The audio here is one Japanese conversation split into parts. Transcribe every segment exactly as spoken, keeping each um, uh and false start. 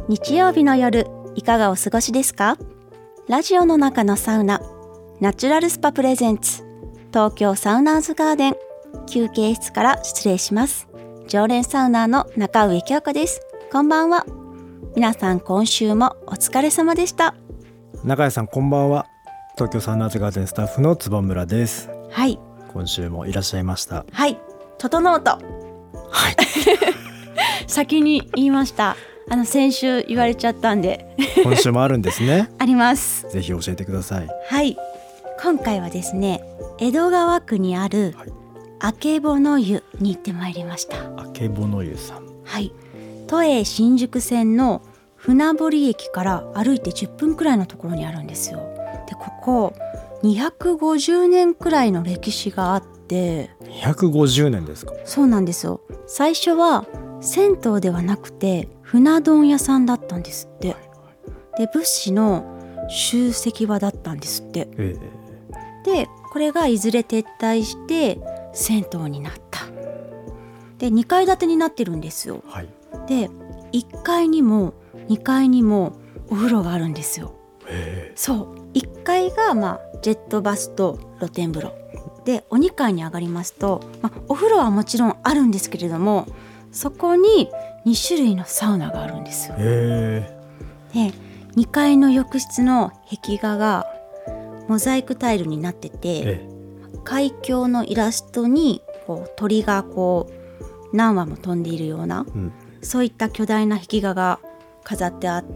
日曜日の夜いかがお過ごしですか？ラジオの中のサウナ、ナチュラルスパプレゼンツ東京サウナーズガーデン、休憩室から失礼します。常連サウナーの中上京子です。こんばんは。皆さん今週もお疲れ様でした。 中谷さんこんばんは。東京サウナーズガーデンスタッフの坪村です。 はい、 今週もいらっしゃいました。 はい、整うとはい先に言いました。あの先週言われちゃったんで今週もあるんですねあります。 ぜひ教えてください。 はい、今回はですね、江戸川区にあるあけぼの湯に行ってまいりました。 あけぼの湯さん、 はい、都営新宿線の船堀駅から歩いてじゅっぷんくらいのところにあるんですよ。でここにひゃくごじゅうねんくらいの歴史があって。 にひゃくごじゅうねんですか？ そうなんですよ。最初は銭湯ではなくて船問屋さんだったんですって、はいはい、で物資の集積場だったんですって、ええ、でこれがいずれ撤退して銭湯になった。でにかい建てになってるんですよ、はい、でいっかいにもにかいにもお風呂があるんですよ。へえ。そういっかいが、まあ、ジェットバスと露天風呂で、おにかいに上がりますと、まあ、お風呂はもちろんあるんですけれども、そこににしゅるいのサウナがあるんですよ。へー。でにかいの浴室の壁画がモザイクタイルになってて、海峡のイラストにこう鳥がこう何羽も飛んでいるような、うん、そういった巨大な壁画が飾ってあって、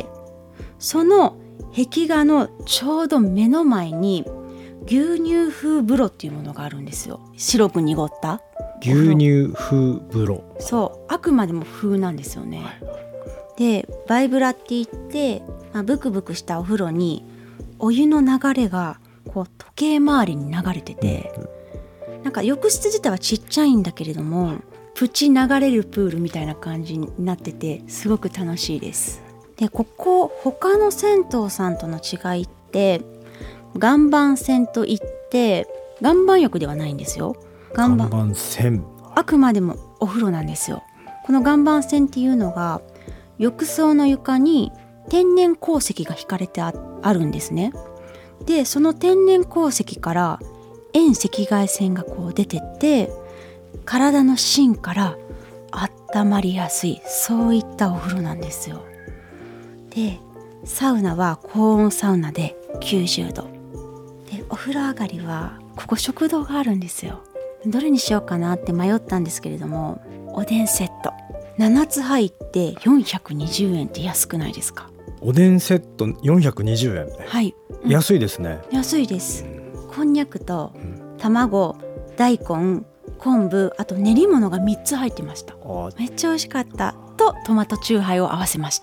その壁画のちょうど目の前に牛乳風風呂っていうものがあるんですよ。白く濁った牛乳風風呂。 そう、あくまでも風なんですよね、はい、でバイブラって言って、まあ、ブクブクしたお風呂にお湯の流れがこう時計回りに流れてて、うん、なんか浴室自体はちっちゃいんだけれども、プチ流れるプールみたいな感じになっててすごく楽しいです。でここ他の銭湯さんとの違いって、岩盤船といって岩盤浴ではないんですよ。岩盤、岩盤船、あくまでもお風呂なんですよ。この岩盤船っていうのが浴槽の床に天然鉱石が引かれて あ, あるんですね。でその天然鉱石から遠赤外線がこう出てって体の芯から温まりやすい、そういったお風呂なんですよ。でサウナは高温サウナできゅうじゅうどで、お風呂上がりはここ食堂があるんですよ。どれにしようかなって迷ったんですけれども、おでんセットななつ入ってよんひゃくにじゅうえんって安くないですか？ おでんセットよんひゃくにじゅうえん、 はい、うん、安いですね。安いです。こんにゃくと卵、大根、昆布、あと練り物がみっつ入ってました。めっちゃ美味しかった。とトマトチューハイを合わせました。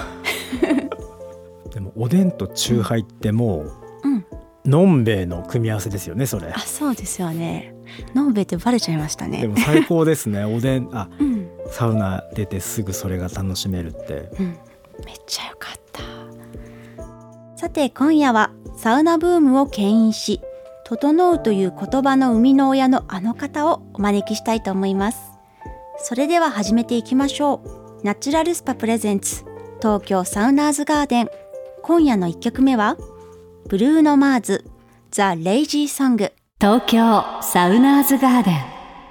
でもおでんとチューハイってもう、うん、のんべえの組み合わせですよね、それ。 あ、そうですよね。のんべえってバレちゃいましたね。 でも最高ですねおでん、あ、うん、サウナ出てすぐそれが楽しめるって、うん、 めっちゃよかった。さて今夜はサウナブームを牽引し、整うという言葉の生みの親のあの方をお招きしたいと思います。それでは始めていきましょう。ナチュラルスパプレゼンツ東京サウナーズガーデン。今夜のいっきょくめはブルーノマーズザ・レイジーソング、東京サウナーズガーデ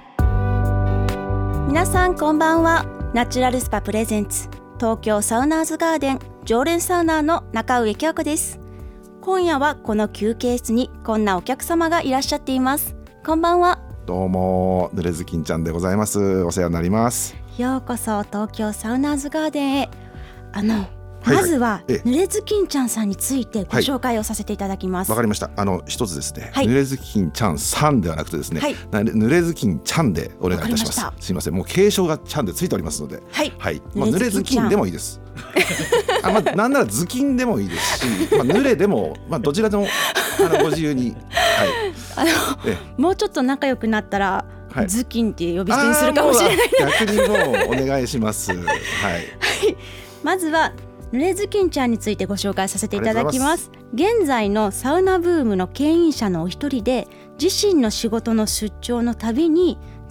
ン。皆さんこんばんは。ナチュラルスパプレゼンツ東京サウナーズガーデン常連サウナーの中上京子です。今夜はこの休憩室にこんなお客様がいらっしゃっています。こんばんは。 どうも、ぬれずきんちゃんでございます。お世話になります。 ようこそ東京サウナーズガーデンへ。あのまずはぬれずきんちゃんさんについてご紹介をさせていただきます。 わ、はい、かりました。あの一つですね、はい、ぬれずきんちゃんさんではなくてですね、はい、ぬれずきんちゃんでお願いいたします。すいません、もう継承がちゃんでついておりますので、はい、はい、まあ、ぬれずきんでもいいですあ、まあ、なんならずきんでもいいですし、まあ、ぬれでも、まあ、どちらでもあのご自由に、 はい、あのもうちょっと仲良くなったら、はい、ズキンって呼び捨てにするかもしれない。 逆にもうお願いします、はいはい、 まずはぬれずきんちゃんについてご紹介させていただきます。現在のサウナブームの牽引者のお一人で、自身の仕事の出張のたびに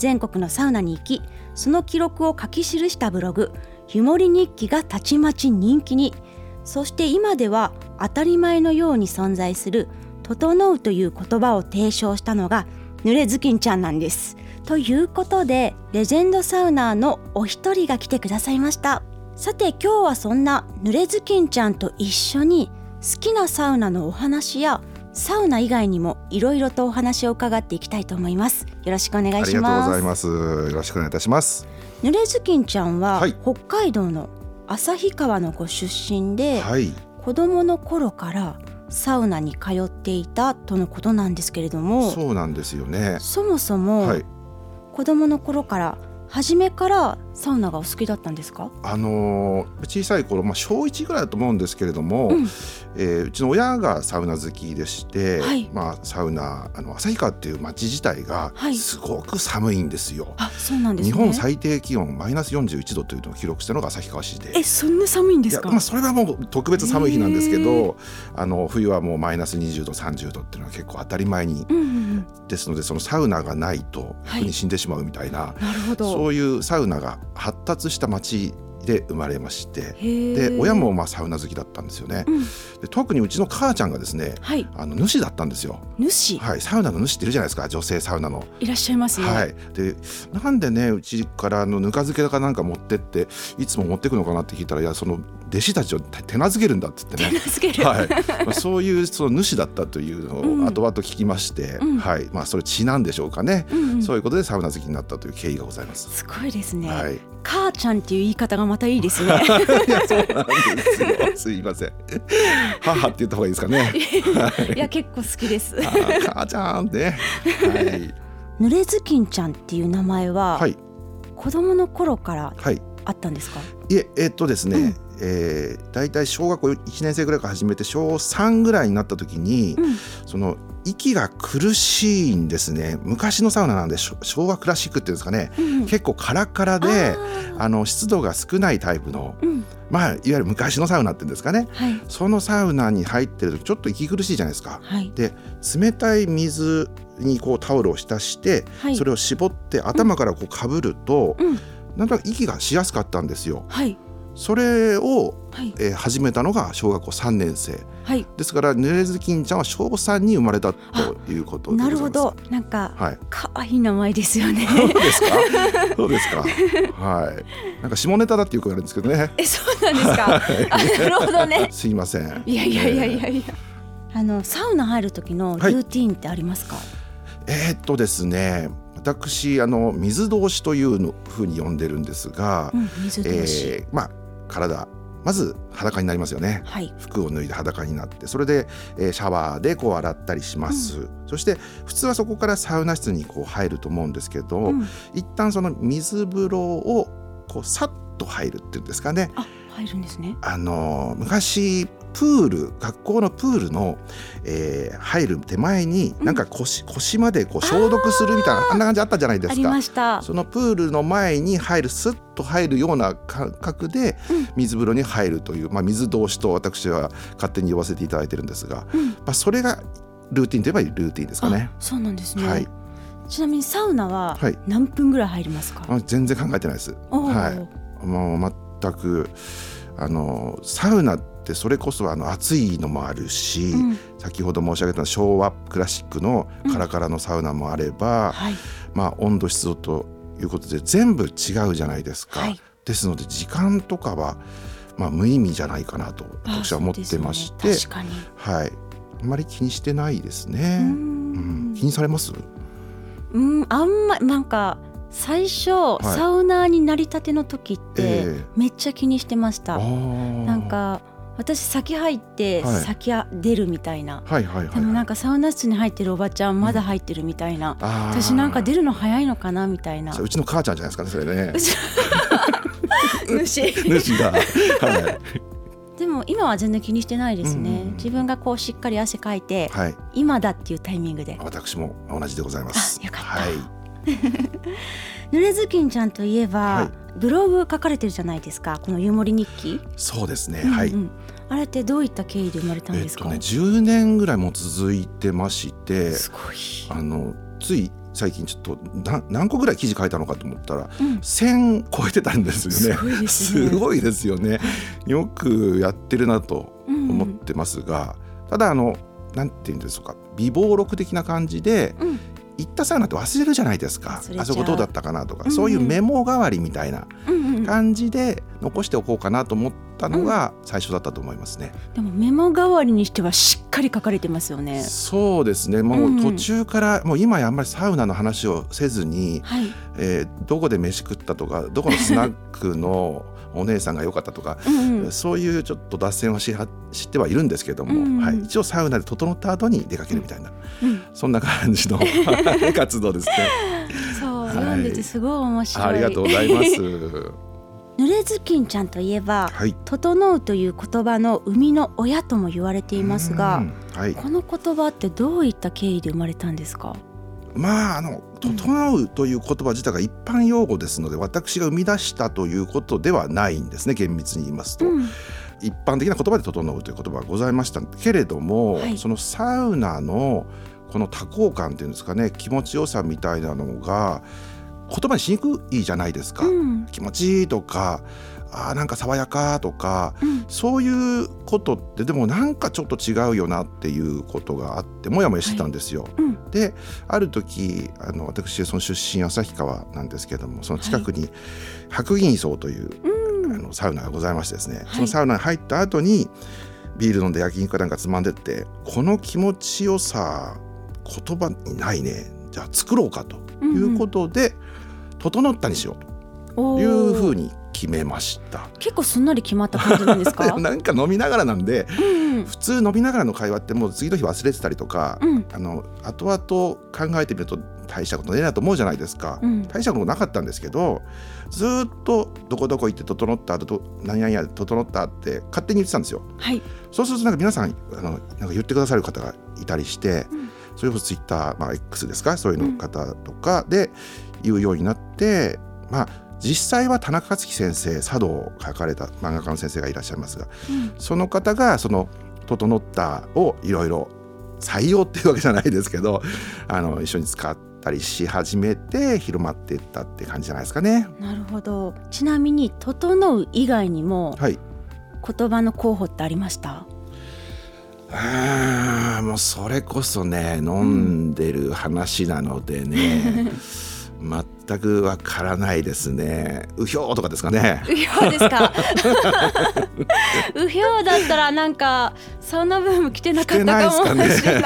全国のサウナに行き、その記録を書き記したブログ湯守日記がたちまち人気に。そして今では当たり前のように存在する整うという言葉を提唱したのが濡れずきんちゃんなんです。ということでレジェンドサウナーのお一人が来てくださいました。さて今日はそんな濡れずきんちゃんと一緒に好きなサウナのお話やサウナ以外にもいろいろとお話を伺っていきたいと思います。よろしくお願いします。 ありがとうございます。よろしくお願いいたします。 濡れずきんちゃんは、はい、北海道の旭川のご出身で、はい、子供の頃からサウナに通っていたとのことなんですけれども。 そうなんですよね。 そもそも、はい、子供の頃から初めからサウナがお好きだったんですか？ あのー、小さい頃、まあ、小いちぐらいだと思うんですけれども、うんえー、うちの親がサウナ好きでして、はいまあ、サウナあの旭川っていう町自体がすごく寒いんですよ、 はい、あそうなんですね。 日本最低気温マイナスよんじゅういちどというのを記録したのが旭川市で。 えそんな寒いんですか？ いや、まあ、それはもう特別寒い日なんですけど、あの冬はもうマイナスにじゅうどさんじゅうどっていうのは結構当たり前に、うんうん、ですのでそのサウナがないと逆に死んでしまうみたいな、はい、なるほど。そういうサウナが発達した町で生まれまして、で親もまあサウナ好きだったんですよね、うん、で特にうちの母ちゃんがですね、はい、あの主だったんですよ。 主、 はい、サウナの主っているじゃないですか、女性サウナの。 いらっしゃいますね、 はい、でなんでねうちからのぬか漬けかなんか持ってっていつも持ってくのかなって聞いたら、いやその弟子たちを手なずけるんだって言ってね、 手なずける、 はいまあ、そういうその主だったというのを後々聞きまして、うんはいまあ、それ血なんでしょうかね、うんうん、そういうことでサウナ好きになったという経緯がございます。 すごいですね、 はい、 母ちゃんっていう言い方がまたいいですねいやそうなんですよ、すいません母って言った方がいいですかねいや結構好きです母ちゃんね、はい、 濡れずきんちゃんっていう名前は、はい、子供の頃からあったんですか？はい、 いええー、っとですね、うんえー、だいたい小学校いちねん生ぐらいから始めてしょうさんぐらいになった時に、うん、その息が苦しいんですね。昔のサウナなんで昭和クラシックっていうんですかね、うん、結構カラカラであの湿度が少ないタイプの、うん、まあいわゆる昔のサウナっていうんですかね、はい、そのサウナに入ってる時ちょっと息苦しいじゃないですか、はい、で冷たい水にこうタオルを浸して、はい、それを絞って頭からこうかぶると、うん、なんとなく息がしやすかったんですよ、はいそれを、はいえー、始めたのが小学校さんねん生、はい、ですから濡れずきんちゃんは小さんに生まれたということでございます。なるほど、 なんか、はい、かわいい名前ですよね。 そうですかそうですかはいなんか下ネタだってよく言われるんですけどね。 えそうなんですか、はい、あなるほどねすいません。 いやいやいやいやいや、えー、あのサウナ入る時のルーティーンってありますか？はい、 えー、っとですね私あの水通しというのふうに呼んでるんですが、うん、水通し、えー、まあ体まず裸になりますよね、はい、服を脱いで裸になってそれで、えー、シャワーでこう洗ったりします、うん、そして普通はそこからサウナ室にこう入ると思うんですけど、うん、一旦その水風呂をこうさっと入るっていうんですかね。 あ入るんですね。 あの昔プール学校のプールの、えー、入る手前になんか 腰,、うん、腰までこう消毒するみたいなあんな感じあったじゃないですか。ありました。そのプールの前に入るスッと入るような感覚で水風呂に入るという、まあ、水通しと私は勝手に呼ばせていただいてるんですが、うんまあ、それがルーティンといえばルーティンですかね。 そうなんですね、はい、ちなみにサウナは何分ぐらい入りますか？ はい、全然考えてないです、はい、もう全くあのサウナってそれこそあの暑いのもあるし、うん、先ほど申し上げた昭和クラシックのカラカラのサウナもあれば、うんはいまあ、温度湿度ということで全部違うじゃないですか、はい、ですので時間とかは、まあ、無意味じゃないかなと私は思ってまして、ね、確かに、はい、あんまり気にしてないですね。うん、うん、気にされます？ うんあんまなんか最初、はい、サウナーになりたての時ってめっちゃ気にしてました、えー、なんか私先入って先出るみたいな、はいはいはいはい、でもなんかサウナ室に入ってるおばちゃんまだ入ってるみたいな、うん、私なんか出るの早いのかなみたいな。 うちの母ちゃんじゃないですかねそれね主主が、はい、 でも今は全然気にしてないですね、うん、自分がこうしっかり汗かいて、はい、今だっていうタイミングで。 私も同じでございます。 あよかった、 はい濡れずきんちゃんといえば、はい、ブログ書かれてるじゃないですか、この湯守日記。 そうですね、うんうん、はい。 あれってどういった経緯で生まれたんですか？ えっとね、じゅうねんぐらいも続いてまして、すごい。あのつい最近ちょっと何個ぐらい記事書いたのかと思ったら、うん、せん超えてたんですよね。 すごいですね。 すごいですよね。よくやってるなと思ってますが、うん、ただあのなんていうんですか、備忘録的な感じで、うん、行ったサウナって忘れるじゃないですか。あそこどうだったかなとか、うんうん、そういうメモ代わりみたいな感じで残しておこうかなと思ったのが最初だったと思いますね、 うん、でもメモ代わりにしてはしっかり書かれてますよね。 そうですね。もう途中から、うん、もう今やあんまりサウナの話をせずに、はいえー、どこで飯食ったとかどこのスナックのお姉さんが良かったとかうん、そういうちょっと脱線はしは知ってはいるんですけども、うんはい、一応サウナで整った後に出かけるみたいな、うん、そんな感じの活動ですね。 そう、はい、読んでてすごい面白い。 ありがとうございます。 濡れずきんちゃんといえば、はい、整うという言葉の生みの親とも言われていますが、はい、この言葉ってどういった経緯で生まれたんですか？ まあ、あの整うという言葉自体が一般用語ですので、私が生み出したということではないんですね。厳密に言いますと、うん、一般的な言葉で整うという言葉がございましたけれども、はい、そのサウナのこの多幸感っていうんですかね、気持ちよさみたいなのが言葉にしにくいじゃないですか、うん、気持ちいいとかあなんか爽やかとか、うん、そういうことってでもなんかちょっと違うよなっていうことがあってもやもやしてたんですよ、はいうん、である時あの私その出身旭川なんですけども、その近くに白銀荘という、はい、あのサウナがございましてですね、はい、そのサウナに入った後にビール飲んで焼肉かなんかつまんでって、この気持ちよさ言葉にないね、じゃあ作ろうかということで、うんうん、整ったにしようというふうに決めました。 結構すんなり決まった感じなんですか？ なんか飲みながらなんで、うんうん、普通飲みながらの会話ってもう次の日忘れてたりとか、うん、あの後々考えてみると大したことねえなと思うじゃないですか、うん、大したことなかったんですけど、ずっとどこどこ行って整った後何々や整ったって勝手に言ってたんですよ、はい、そうするとなんか皆さんあのなんか言ってくださる方がいたりして、うん、それこそツイッター、まあ、X ですか、そういうの方とかで言うようになって、まあ実際は田中克樹先生、茶道を書かれた漫画家の先生がいらっしゃいますが、うん、その方がその整ったをいろいろ採用っていうわけじゃないですけどあの一緒に使ったりし始めて広まっていったって感じじゃないですかね。 なるほど。ちなみに整う以外にも、はい、言葉の候補ってありました？ あーもうそれこそね飲んでる話なのでね、うん、全くわからないですね。うひょうとかですかね。 うひょうですか。うひょうだったらなんかサウナブーム来てなかったかもしれない。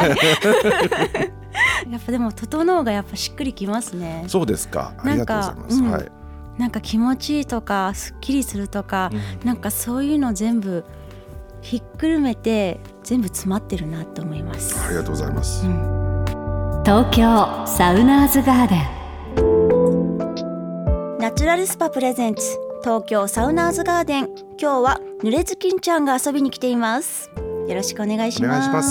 やっぱでも整うがやっぱしっくりきますね。 そうですか。ありがとうございます。 うんはい、 なんか気持ちいいとかすっきりするとか、うん、なんかそういうの全部ひっくるめて全部詰まってるなと思います。 ありがとうございます、うん、 東京サウナーズガーデンナチュラルスパプレゼンツ東京サウナーズガーデン。今日は濡れずきんちゃんが遊びに来ています。よろしくお願いします。 お願いします。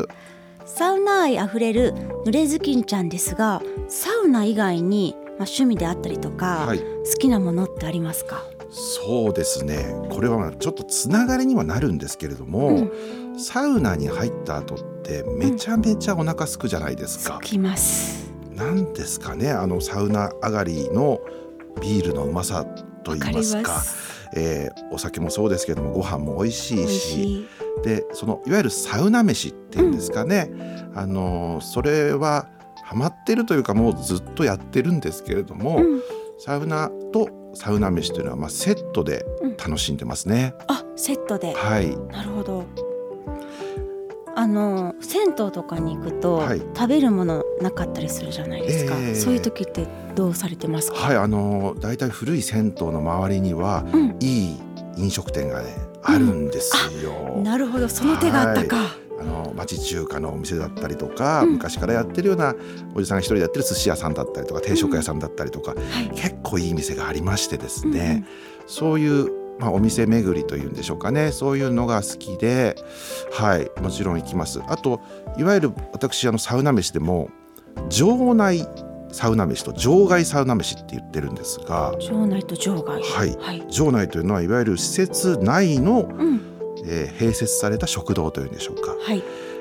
サウナ愛あふれる濡れずきんちゃんですが、サウナ以外に、まあ、趣味であったりとか、はい、好きなものってありますか？ そうですね、これはちょっとつながりにはなるんですけれども、うん、サウナに入った後ってめちゃめちゃお腹すくじゃないですか、 うん、すきます。 なんですかね、あのサウナ上がりのビールのうまさといいますか、えー、お酒もそうですけどもご飯も美味しいし、美味しいでそのいわゆるサウナ飯っていうんですかね、うん、あのそれはハマってるというかもうずっとやってるんですけれども、うん、サウナとサウナ飯というのはまあセットで楽しんでますね、 うん、あセットで、 はい、 なるほど。あの銭湯とかに行くと、はい、食べるものなかったりするじゃないですか、えー、そういう時ってどうされてますか？はい、 あのだいたい古い銭湯の周りには、うん、いい飲食店がねあるんですよ、 うん、なるほど、その手があったか、はい、 あの町中華のお店だったりとか、うん、昔からやってるようなおじさんが一人でやってる寿司屋さんだったりとか定食屋さんだったりとか、うんはい、結構いい店がありましてですね、うん、そういうまあ、お店巡りというんでしょうかね、そういうのが好きで、はい、もちろん行きます。あといわゆる私あのサウナ飯でも場内サウナ飯と場外サウナ飯って言ってるんですが、 場内と場外、 はいはい、場内というのはいわゆる施設内の、うんえー、併設された食堂というんでしょうか、はい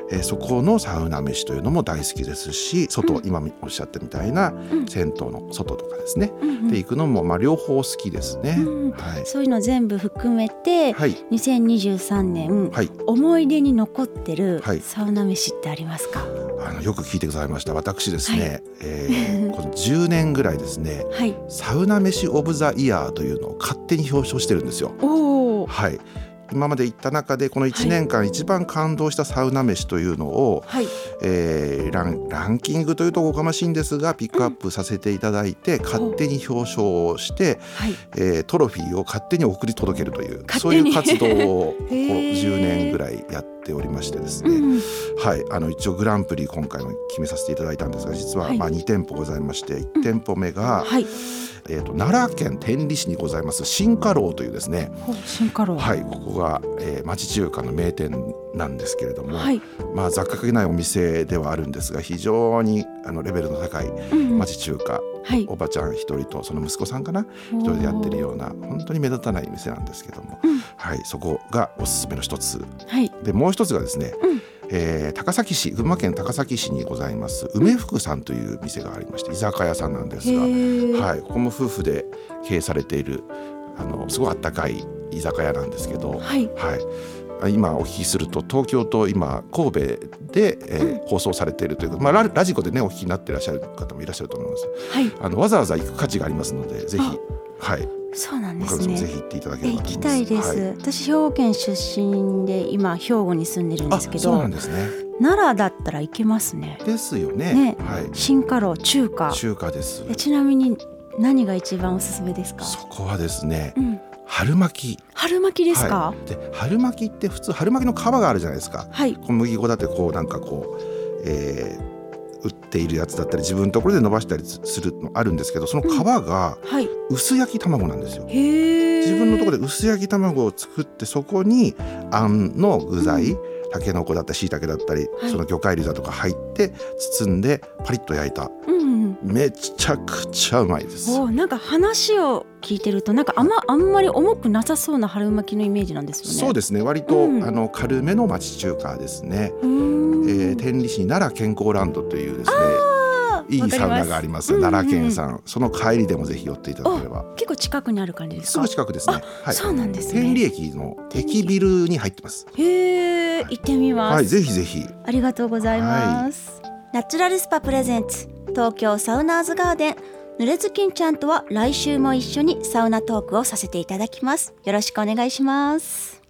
えー、そこのサウナ飯というのも大好きですし、外、うん、今おっしゃったみたいな銭湯の外とかですね、うん、で行くのもまあ両方好きですね、うんはい、そういうの全部含めて、はい、にせんにじゅうさんねん、はい、思い出に残ってるサウナ飯ってありますか？ あのよく聞いてくださいました。私ですね、はいえー、このじゅうねんぐらいですね、はい、サウナ飯オブザイヤーというのを勝手に表彰してるんですよ。おー、はい、今まで行った中でこのいちねんかん一番感動したサウナ飯というのを、はいえー、ラン、ランキングというとおこがましいんですがピックアップさせていただいて、うん、勝手に表彰をして、はいえー、トロフィーを勝手に送り届けるというそういう活動をこうじゅうねんぐらいやっておりましてですね、うんはい、あの一応グランプリ今回も決めさせていただいたんですが実はまあにてんぽございまして、はい、いち店舗目が、うんはいえー、と奈良県天理市にございます新華楼というですね、 新華楼、 はい、ここが、えー、町中華の名店なんですけれども、はいまあ、雑貨かけないお店ではあるんですが非常にあのレベルの高い町中華、うんうんはい、おばちゃん一人とその息子さんかな一人でやってるような本当に目立たない店なんですけども、うんはい、そこがおすすめの一つ、はい、でもう一つがですね、うんえー、高崎市群馬県高崎市にございます梅福さんという店がありまして居酒屋さんなんですが、はい、ここも夫婦で経営されているあのすごいあったかい居酒屋なんですけど、はいはい、今お聞きすると東京と今神戸で、えーうん、放送されているというか、まあ、ラ, ラジコでねお聞きになっていらっしゃる方もいらっしゃると思います、はい、あのわざわざ行く価値がありますのでぜひはいそうなんですね。 ぜひ行っていただければと思います。 行きたいです、はい、私兵庫県出身で今兵庫に住んでるんですけど、 そうなんですね。 奈良だったら行けますね。 ですよ ね, ね、 はい、 新華楼中華中華です。 ちなみに何が一番おすすめですか？ そこはですね、うん、春巻き。 春巻きですか？ はい、で春巻きって普通春巻きの皮があるじゃないですか、はい、小麦粉だってこうなんかこう、えー売っているやつだったり自分のところで伸ばしたりするのあるんですけどその皮が薄焼き卵なんですよ、うんはい、自分のところで薄焼き卵を作ってそこにあんの具材、うん、たけのこだったりしいたけだったり、はい、その魚介類だとか入って包んでパリッと焼いた、うんうん、めちゃくちゃうまいです。 おなんか話を聞いてるとなんかあんま、あんまり重くなさそうな春巻きのイメージなんですよね。 そうですね割と、うん、あの軽めの町中華ですね。えー、天理市に奈良健康ランドというですねいいサウナがあります、うんうん、奈良県さんその帰りでもぜひ寄っていただければ。 結構近くにある感じですか？ すぐ近くですね、 はい、そうなんですね。 天理駅の駅ビルに入ってます。 へー、行ってみます、 はい、ぜひぜひありがとうございます、はい、ナチュラルスパプレゼンツ東京サウナーズガーデン濡れずきんちゃんとは来週も一緒にサウナトークをさせていただきます。よろしくお願いします。